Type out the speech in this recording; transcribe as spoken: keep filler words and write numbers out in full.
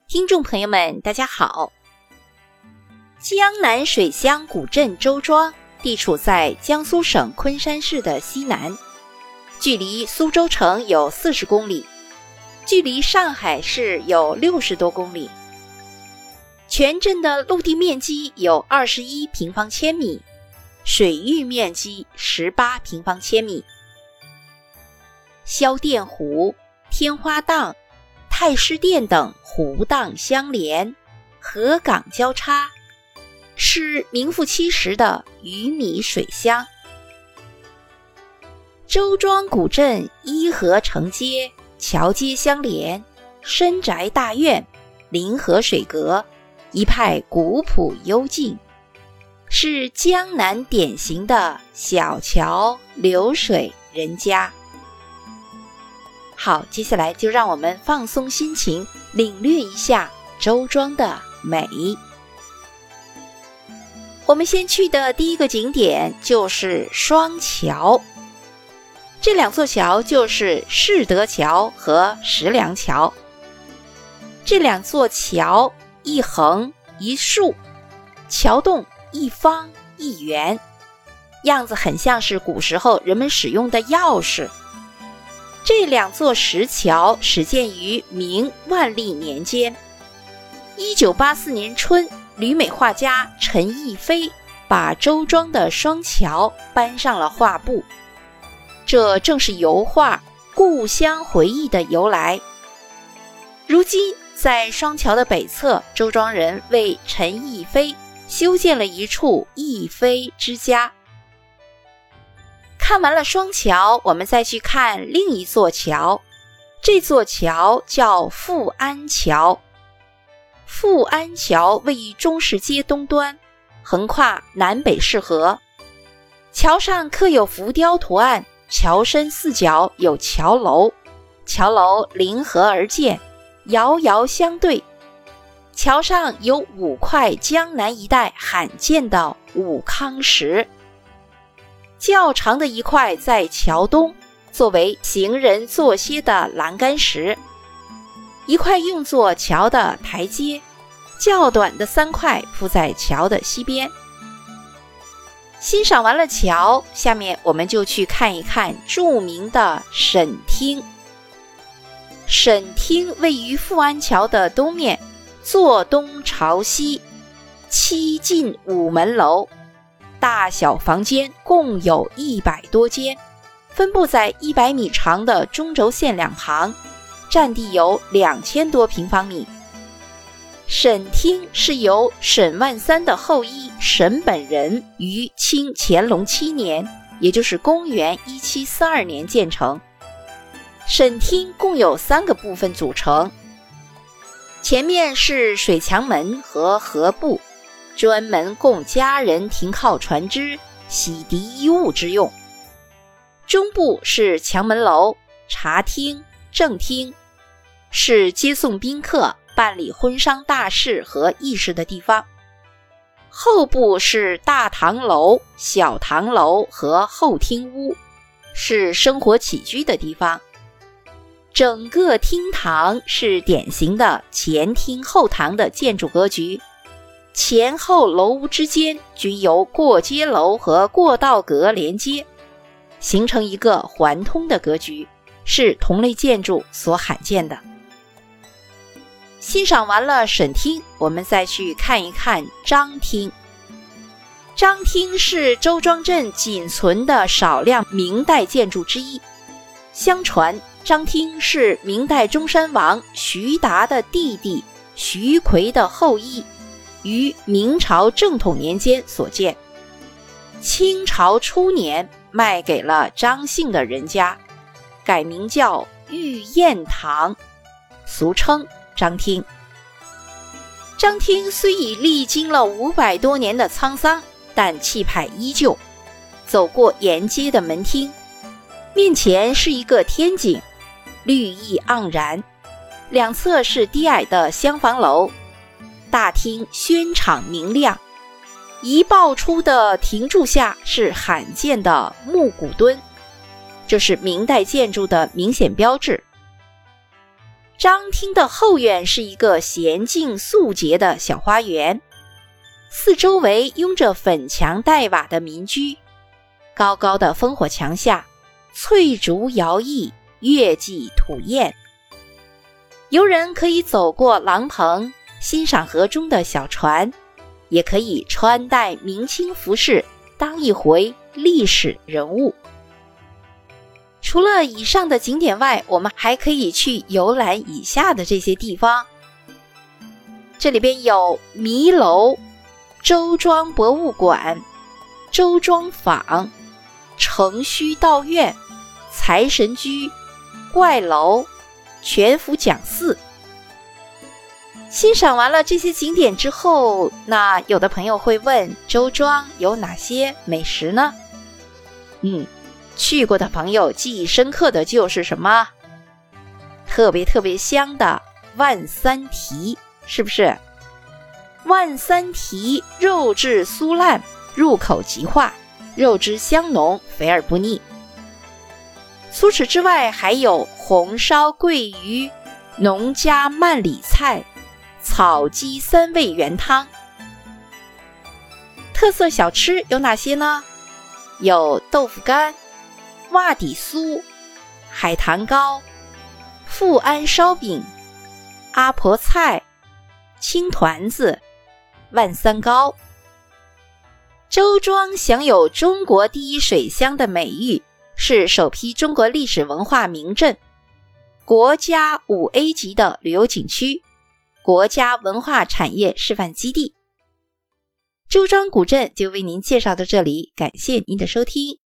听众朋友们大家好。江南水乡古镇周庄地处在江苏省昆山市的西南，距离苏州城有四十公里，距离上海市有六十多公里。全镇的陆地面积有二十一平方千米，水域面积十八平方千米。萧甸湖、天花荡、太师殿等湖荡相连，河港交叉，是名副其实的鱼米水乡。周庄古镇依河承接，桥街相连，深宅大院，临河水阁，一派古朴幽静，是江南典型的小桥流水人家。好，接下来就让我们放松心情，领略一下周庄的美。我们先去的第一个景点就是双桥，这两座桥就是世德桥和石梁桥。这两座桥一横一竖，桥洞一方一圆，样子很像是古时候人们使用的钥匙。这两座石桥始建于明万历年间。一九八四年春，旅美画家陈逸飞把周庄的双桥搬上了画布，这正是油画故乡回忆的由来。如今在双桥的北侧，周庄人为陈逸飞修建了一处逸飞之家。看完了双桥，我们再去看另一座桥，这座桥叫富安桥。富安桥位于中市街东端，横跨南北市河，桥上刻有浮雕图案，桥身四角有桥楼，桥楼临河而建，遥遥相对。桥上有五块江南一带罕见的武康石，较长的一块在桥东，作为行人坐歇的栏杆石，一块用作桥的台阶，较短的三块铺在桥的西边。欣赏完了桥，下面我们就去看一看著名的沈厅。沈厅位于富安桥的东面，坐东朝西，七进五门楼，大小房间共有一百多间，分布在一百米长的中轴线两旁，占地有两千多平方米。沈厅是由沈万三的后裔沈本人于清乾隆七年，也就是公元一七四二年建成。沈厅共有三个部分组成，前面是水墙门和河埠，专门供家人停靠船只、洗涤衣物之用。中部是墙门楼、茶厅、正厅，是接送宾客、办理婚丧大事和议事的地方。后部是大堂楼、小堂楼和后厅屋，是生活起居的地方。整个厅堂是典型的前厅后堂的建筑格局，前后楼屋之间均由过街楼和过道阁连接，形成一个环通的格局，是同类建筑所罕见的。欣赏完了沈厅，我们再去看一看张厅。张厅是周庄镇仅存的少量明代建筑之一。相传张厅是明代中山王徐达的弟弟徐逵的后裔，于明朝正统年间所建，清朝初年卖给了张姓的人家，改名叫御宴堂，俗称张厅。张厅虽已历经了五百多年的沧桑，但气派依旧。走过沿街的门厅，面前是一个天井，绿意盎然，两侧是低矮的厢房楼，大厅轩敞明亮，一爆出的亭柱下是罕见的木骨墩，这是明代建筑的明显标志。 张厅的后院是一个娴静肃洁的小花园，四周围拥着粉墙黛瓦的民居，高高的烽火墙下，翠竹摇曳，月季吐艳。游人可以走过廊棚，欣赏河中的小船，也可以穿戴明清服饰，当一回历史人物。除了以上的景点外，我们还可以去游览以下的这些地方。这里边有迷楼、周庄博物馆、周庄坊、承虚道院、财神居、怪楼、全福讲寺。欣赏完了这些景点之后，那有的朋友会问，周庄有哪些美食呢？嗯，去过的朋友记忆深刻的就是什么？特别特别香的万三蹄，是不是？万三蹄肉质酥烂，入口即化，肉汁香浓，肥而不腻。除此之外，还有红烧桂鱼、农家慢里菜、草鸡三味原汤。特色小吃有哪些呢？有豆腐干、袜底酥、海棠糕、富安烧饼、阿婆菜、青团子、万三糕。周庄享有中国第一水乡的美誉，是首批中国历史文化名镇，国家 五 A 级的旅游景区，国家文化产业示范基地。周庄古镇就为您介绍到这里，感谢您的收听。